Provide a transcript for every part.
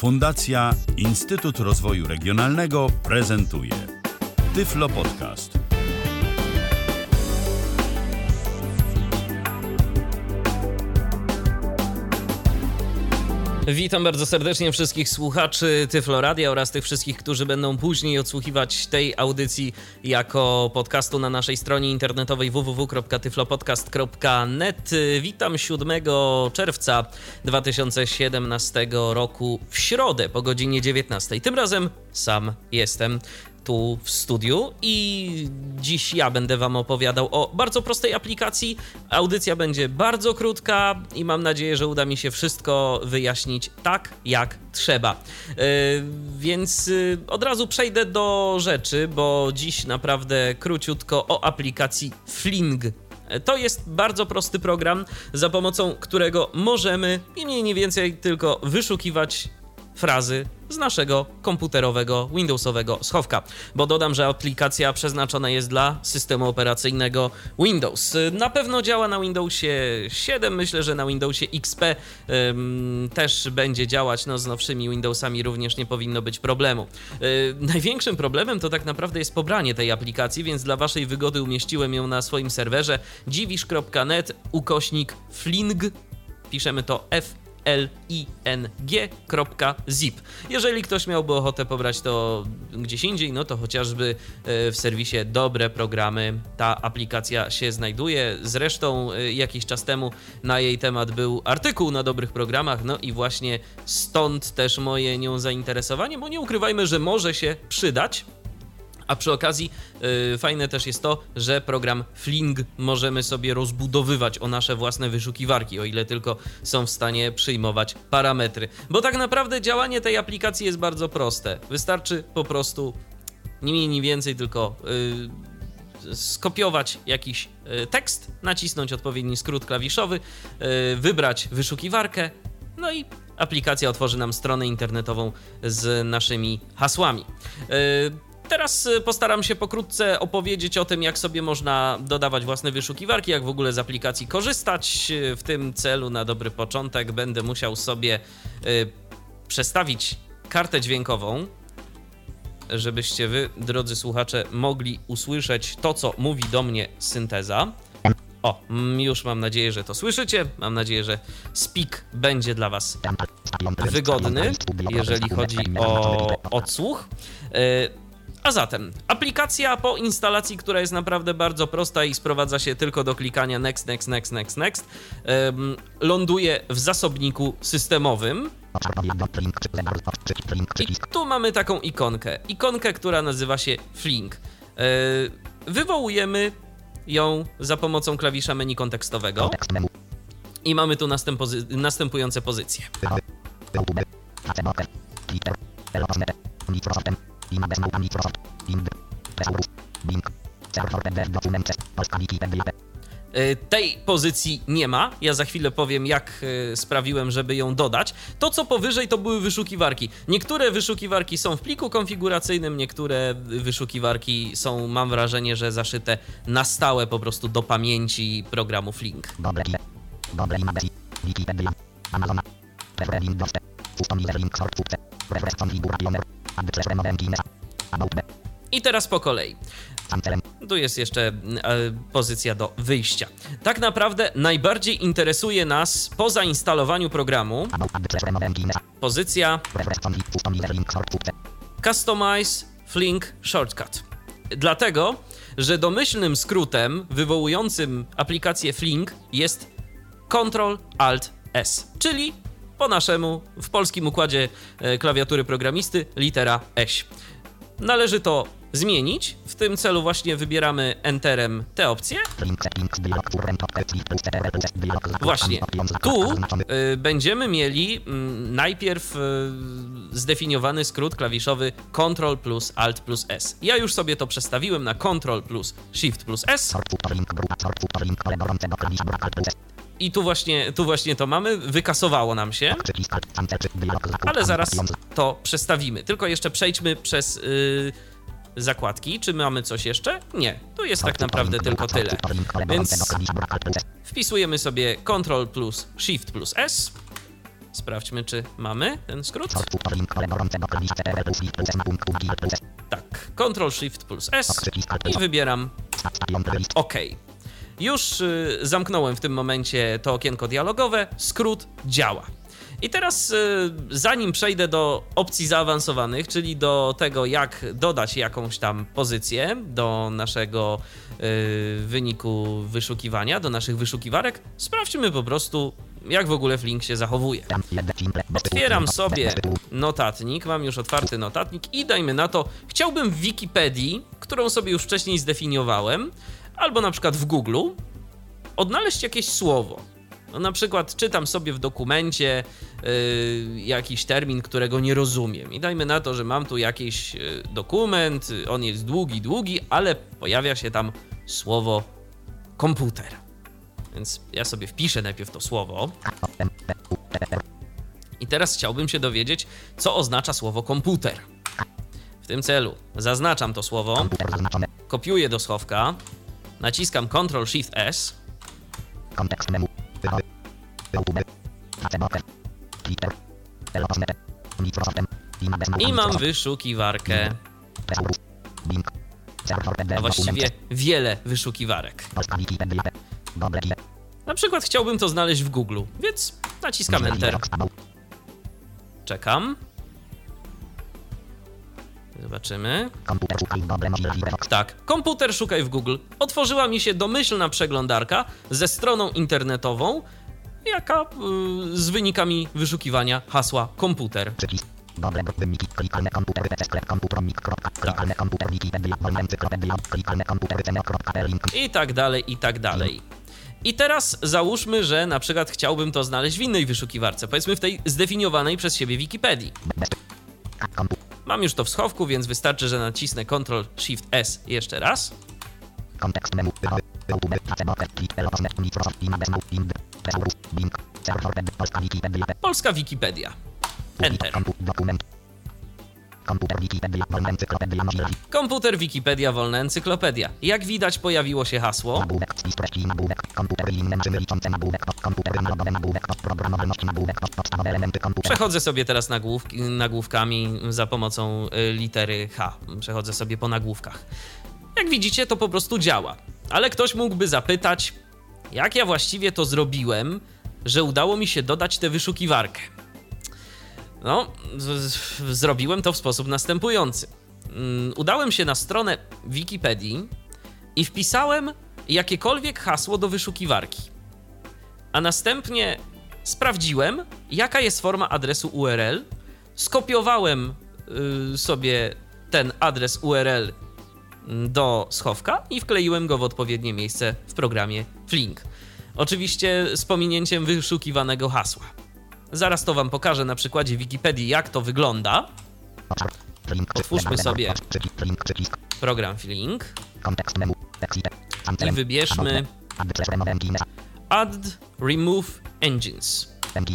Fundacja Instytut Rozwoju Regionalnego prezentuje Tyflo Podcast. Witam bardzo serdecznie wszystkich słuchaczy Tyflo Radia oraz tych wszystkich, którzy będą później odsłuchiwać tej audycji jako podcastu na naszej stronie internetowej www.tyflopodcast.net. Witam 7 czerwca 2017 roku w środę po godzinie 19. Tym razem sam jestem tu w studiu i dziś ja będę wam opowiadał o bardzo prostej aplikacji. Audycja będzie bardzo krótka i mam nadzieję, że uda mi się wszystko wyjaśnić tak, jak trzeba. Więc od razu przejdę do rzeczy, bo dziś naprawdę króciutko o aplikacji Fling. To jest bardzo prosty program, za pomocą którego możemy i mniej więcej tylko wyszukiwać frazy z naszego komputerowego, Windowsowego schowka, bo dodam, że aplikacja przeznaczona jest dla systemu operacyjnego Windows. Na pewno działa na Windowsie 7, myślę, że na Windowsie XP też będzie działać, no z nowszymi Windowsami również nie powinno być problemu. Największym problemem to tak naprawdę jest pobranie tej aplikacji, więc dla waszej wygody umieściłem ją na swoim serwerze dziwisz.net/fling, piszemy to fling.zip. Jeżeli ktoś miałby ochotę pobrać to gdzieś indziej, no to chociażby w serwisie Dobre Programy ta aplikacja się znajduje. Zresztą jakiś czas temu na jej temat był artykuł na Dobrych Programach, no i właśnie stąd też moje nią zainteresowanie, bo nie ukrywajmy, że może się przydać. A przy okazji fajne też jest to, że program Fling możemy sobie rozbudowywać o nasze własne wyszukiwarki, o ile tylko są w stanie przyjmować parametry. Bo tak naprawdę działanie tej aplikacji jest bardzo proste. Wystarczy po prostu nie mniej, nie więcej, tylko skopiować jakiś tekst, nacisnąć odpowiedni skrót klawiszowy, wybrać wyszukiwarkę, no i aplikacja otworzy nam stronę internetową z naszymi hasłami. Teraz postaram się pokrótce opowiedzieć o tym, jak sobie można dodawać własne wyszukiwarki, jak w ogóle z aplikacji korzystać. W tym celu na dobry początek będę musiał sobie przestawić kartę dźwiękową, żebyście wy, drodzy słuchacze, mogli usłyszeć to, co mówi do mnie synteza. O, już mam nadzieję, że to słyszycie. Mam nadzieję, że speak będzie dla was wygodny, jeżeli chodzi o odsłuch. A zatem, aplikacja po instalacji, która jest naprawdę bardzo prosta i sprowadza się tylko do klikania next, ląduje w zasobniku systemowym. I tu mamy taką ikonkę, która nazywa się Fling. Wywołujemy ją za pomocą klawisza menu kontekstowego i mamy tu następujące pozycje. Tej pozycji nie ma. Ja za chwilę powiem, jak sprawiłem, żeby ją dodać. To, co powyżej, to były wyszukiwarki. Niektóre wyszukiwarki są w pliku konfiguracyjnym, niektóre wyszukiwarki są, mam wrażenie, że zaszyte na stałe po prostu do pamięci programu Fling. I teraz po kolei. Tu jest jeszcze pozycja do wyjścia. Tak naprawdę najbardziej interesuje nas po zainstalowaniu programu pozycja Customize Fling Shortcut. Dlatego, że domyślnym skrótem wywołującym aplikację Fling jest Ctrl-Alt-S, czyli po naszemu w polskim układzie klawiatury programisty litera Ś. Należy to zmienić. W tym celu właśnie wybieramy Enterem tę opcję. Właśnie tu będziemy mieli najpierw zdefiniowany skrót klawiszowy Ctrl plus Alt plus S. Ja już sobie to przestawiłem na Ctrl plus Shift plus S. I tu właśnie to mamy, wykasowało nam się, ale zaraz to przestawimy. Tylko jeszcze przejdźmy przez zakładki. Czy mamy coś jeszcze? Nie, tu jest tak naprawdę tylko tyle. Więc wpisujemy sobie Ctrl plus Shift plus S Sprawdźmy, czy mamy ten skrót. Tak, Ctrl+Shift+S i wybieram OK. Już zamknąłem w tym momencie to okienko dialogowe, skrót działa. I teraz zanim przejdę do opcji zaawansowanych, czyli do tego, jak dodać jakąś tam pozycję do naszego wyniku wyszukiwania, do naszych wyszukiwarek, sprawdźmy po prostu, jak w ogóle Flink się zachowuje. Otwieram sobie notatnik, mam już otwarty notatnik i dajmy na to, chciałbym w Wikipedii, którą sobie już wcześniej zdefiniowałem, albo na przykład w Google, odnaleźć jakieś słowo. No, na przykład czytam sobie w dokumencie jakiś termin, którego nie rozumiem i dajmy na to, że mam tu jakiś dokument, on jest długi, ale pojawia się tam słowo komputer. Więc ja sobie wpiszę najpierw to słowo i teraz chciałbym się dowiedzieć, co oznacza słowo komputer. W tym celu zaznaczam to słowo, kopiuję do schowka, naciskam Ctrl+Shift+S i mam wyszukiwarkę. A właściwie wiele wyszukiwarek. Na przykład chciałbym to znaleźć w Google, więc naciskam Enter. Czekam. Zobaczymy. Tak, komputer szukaj w Google. Otworzyła mi się domyślna przeglądarka ze stroną internetową, jaka z wynikami wyszukiwania hasła komputer. I tak dalej, i tak dalej. I teraz załóżmy, że na przykład chciałbym to znaleźć w innej wyszukiwarce, powiedzmy w tej zdefiniowanej przez siebie Wikipedii. Mam już to w schowku, więc wystarczy, że nacisnę Ctrl+Shift+S jeszcze raz. Polska Wikipedia. Enter. Komputer Wikipedia, wolna encyklopedia. Jak widać, pojawiło się hasło. Przechodzę sobie teraz nagłówkami za pomocą litery H. Przechodzę sobie po nagłówkach. Jak widzicie, to po prostu działa. Ale ktoś mógłby zapytać, jak ja właściwie to zrobiłem, że udało mi się dodać tę wyszukiwarkę. No, zrobiłem to w sposób następujący. Udałem się na stronę Wikipedii i wpisałem jakiekolwiek hasło do wyszukiwarki. A następnie sprawdziłem, jaka jest forma adresu URL, skopiowałem sobie ten adres URL do schowka i wkleiłem go w odpowiednie miejsce w programie Flink. Oczywiście z pominięciem wyszukiwanego hasła. Zaraz to wam pokażę na przykładzie Wikipedii, jak to wygląda. Otwórzmy sobie program Flink i wybierzmy Add Remove Engines.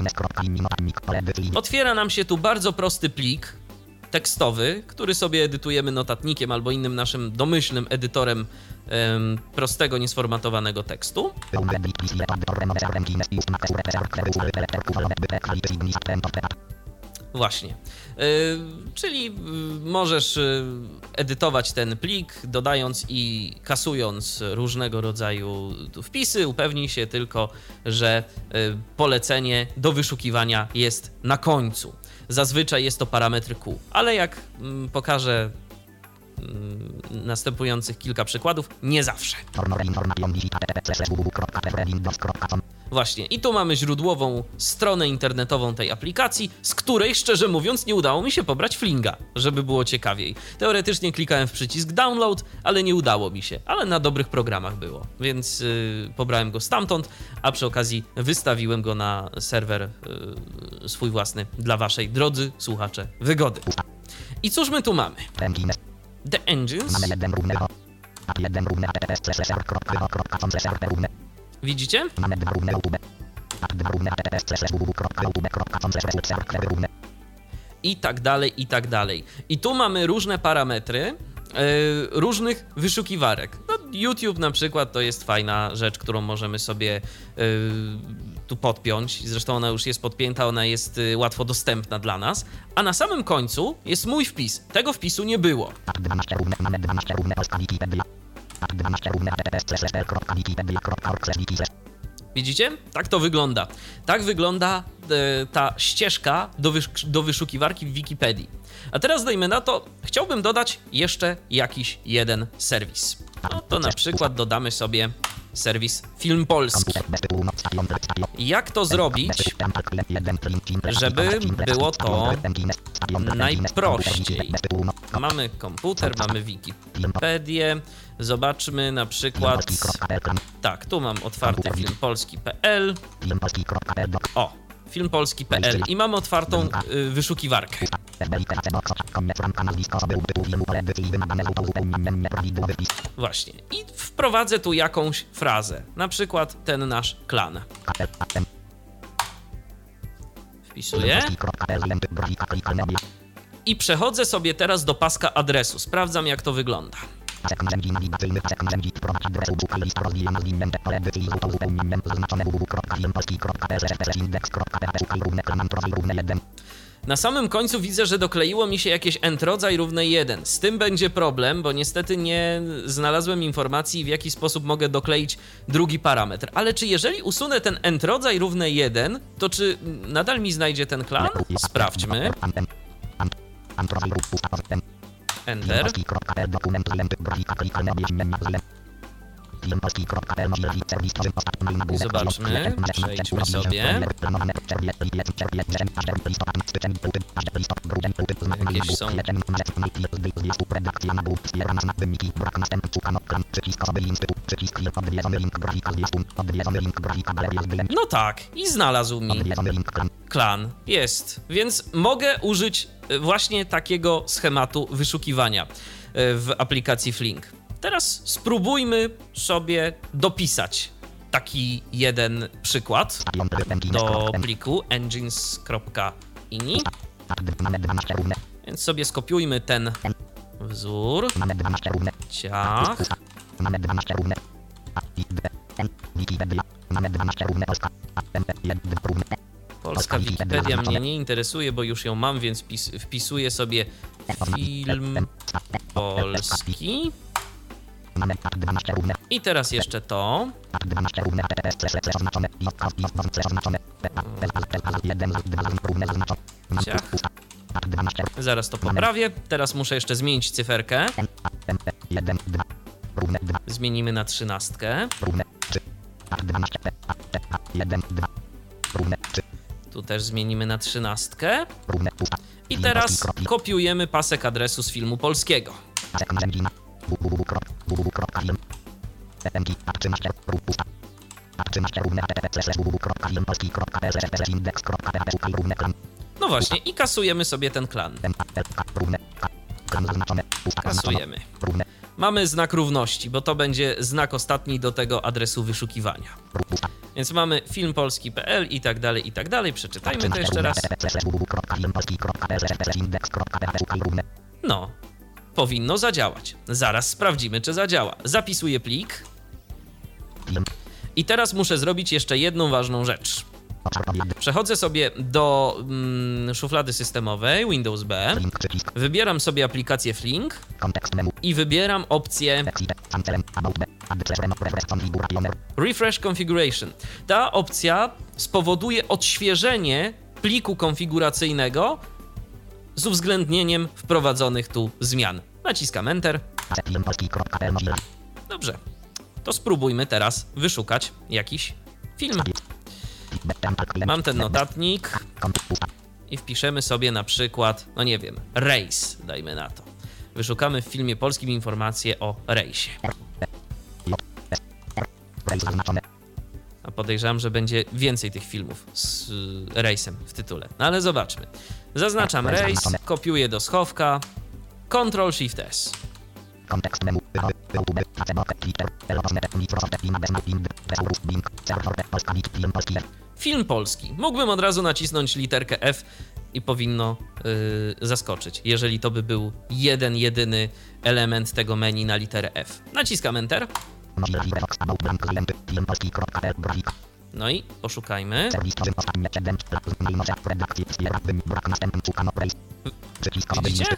Otwiera nam się tu bardzo prosty plik tekstowy, który sobie edytujemy notatnikiem albo innym naszym domyślnym edytorem prostego, niesformatowanego tekstu. Właśnie. Czyli możesz edytować ten plik, dodając i kasując różnego rodzaju wpisy. Upewnij się tylko, że polecenie do wyszukiwania jest na końcu. Zazwyczaj jest to parametr Q, ale jak pokażę następujących kilka przykładów, nie zawsze. Właśnie, i tu mamy źródłową stronę internetową tej aplikacji, z której, szczerze mówiąc, nie udało mi się pobrać Flinga, żeby było ciekawiej. Teoretycznie klikałem w przycisk download, ale nie udało mi się, ale na dobrych programach było, więc pobrałem go stamtąd, a przy okazji wystawiłem go na serwer swój własny dla waszej, drodzy słuchacze, wygody. I cóż my tu mamy? The Engines. Widzicie? I tak dalej, i tak dalej. I tu mamy różne parametry różnych wyszukiwarek. No, YouTube na przykład to jest fajna rzecz, którą możemy sobie tu podpiąć. Zresztą ona już jest podpięta, ona jest łatwo dostępna dla nas. A na samym końcu jest mój wpis. Tego wpisu nie było. Widzicie? Tak to wygląda. Tak wygląda ta ścieżka do wyszukiwarki w Wikipedii. A teraz dajmy na to, chciałbym dodać jeszcze jakiś jeden serwis. No to na przykład dodamy sobie serwis Film Polski. Jak to zrobić, żeby było to najprościej? Mamy komputer, mamy Wikipedię. Zobaczmy na przykład... Tak, tu mam otwarty filmpolski.pl. O, filmpolski.pl i mam otwartą wyszukiwarkę. Właśnie. I wprowadzę tu jakąś frazę. Na przykład ten nasz klan. Wpisuję. I przechodzę sobie teraz do paska adresu. Sprawdzam, jak to wygląda. Na samym końcu widzę, że dokleiło mi się jakieś entrodzaj równe 1. Z tym będzie problem, bo niestety nie znalazłem informacji, w jaki sposób mogę dokleić drugi parametr. Ale czy jeżeli usunę ten entrodzaj równe 1, to czy nadal mi znajdzie ten klan? Sprawdźmy. Enter. Zobaczmy, przejdźmy sobie. Jakieś są... No tak, i znalazł mi klan. Jest, więc mogę użyć właśnie takiego schematu wyszukiwania w aplikacji Flink. Teraz spróbujmy sobie dopisać taki jeden przykład do pliku engines.ini. Więc sobie skopiujmy ten wzór. Ciach. Polska Wikipedia mnie nie interesuje, bo już ją mam, więc wpisuję sobie film polski. I teraz jeszcze to. Ciach. Zaraz to poprawię. Teraz muszę jeszcze zmienić cyferkę. Zmienimy na 13. Tu też zmienimy na 13. I teraz kopiujemy pasek adresu z filmu polskiego. No właśnie, i kasujemy sobie ten klan. Kasujemy. Mamy znak równości, bo to będzie znak ostatni do tego adresu wyszukiwania. Więc mamy filmpolski.pl i tak dalej, i tak dalej. Przeczytajmy to jeszcze raz. No, powinno zadziałać. Zaraz sprawdzimy, czy zadziała. Zapisuję plik. I teraz muszę zrobić jeszcze jedną ważną rzecz. Przechodzę sobie do szuflady systemowej, Windows B, wybieram sobie aplikację Flink i wybieram opcję Refresh Configuration. Ta opcja spowoduje odświeżenie pliku konfiguracyjnego z uwzględnieniem wprowadzonych tu zmian. Naciskam Enter. Dobrze, to spróbujmy teraz wyszukać jakiś film. Mam ten notatnik i wpiszemy sobie na przykład, no nie wiem, rejs, dajmy na to. Wyszukamy w filmie polskim informacje o rejsie. A podejrzewam, że będzie więcej tych filmów z rejsem w tytule. No ale zobaczmy. Zaznaczam rejs, kopiuję do schowka, Ctrl-Shift-S. Film polski. Mógłbym od razu nacisnąć literkę F i powinno zaskoczyć, jeżeli to by był jedyny element tego menu na literę F. Naciskam Enter. No i poszukajmy. Widzicie?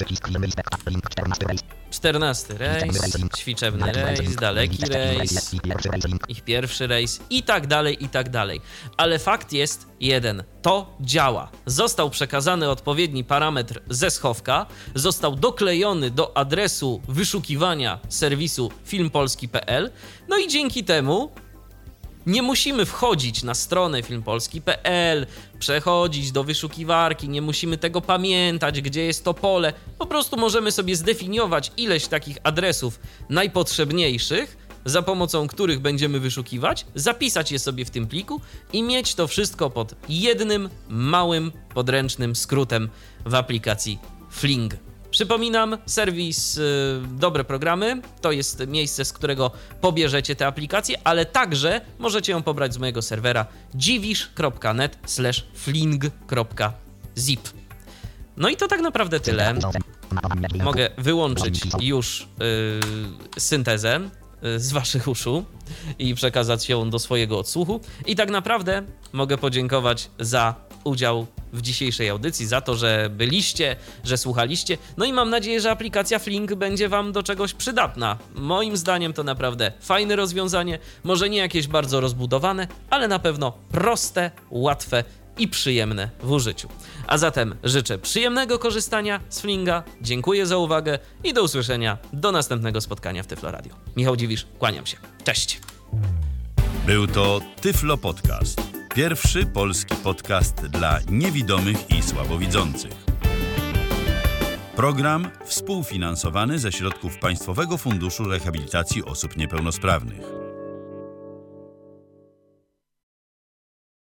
14 rejs, ćwiczebny rejs, daleki rejs, ich pierwszy rejs i tak dalej. Ale fakt jest jeden, to działa. Został przekazany odpowiedni parametr ze schowka, został doklejony do adresu wyszukiwania serwisu filmpolski.pl, no i dzięki temu nie musimy wchodzić na stronę filmpolski.pl, przechodzić do wyszukiwarki, nie musimy tego pamiętać, gdzie jest to pole. Po prostu możemy sobie zdefiniować ileś takich adresów najpotrzebniejszych, za pomocą których będziemy wyszukiwać, zapisać je sobie w tym pliku i mieć to wszystko pod jednym małym, podręcznym skrótem w aplikacji Fling. Przypominam, serwis Dobre Programy to jest miejsce, z którego pobierzecie tę aplikację, ale także możecie ją pobrać z mojego serwera dziwisz.net/fling.zip. No i to tak naprawdę tyle. Mogę wyłączyć już syntezę z waszych uszu i przekazać ją do swojego odsłuchu. I tak naprawdę mogę podziękować za udział w dzisiejszej audycji, za to, że byliście, że słuchaliście. No i mam nadzieję, że aplikacja Fling będzie wam do czegoś przydatna. Moim zdaniem to naprawdę fajne rozwiązanie, może nie jakieś bardzo rozbudowane, ale na pewno proste, łatwe i przyjemne w użyciu. A zatem życzę przyjemnego korzystania z Flinga, dziękuję za uwagę i do usłyszenia do następnego spotkania w Tyflo Radio. Michał Dziwisz, kłaniam się. Cześć! Był to Tyflo Podcast. Pierwszy polski podcast dla niewidomych i słabowidzących. Program współfinansowany ze środków Państwowego Funduszu Rehabilitacji Osób Niepełnosprawnych.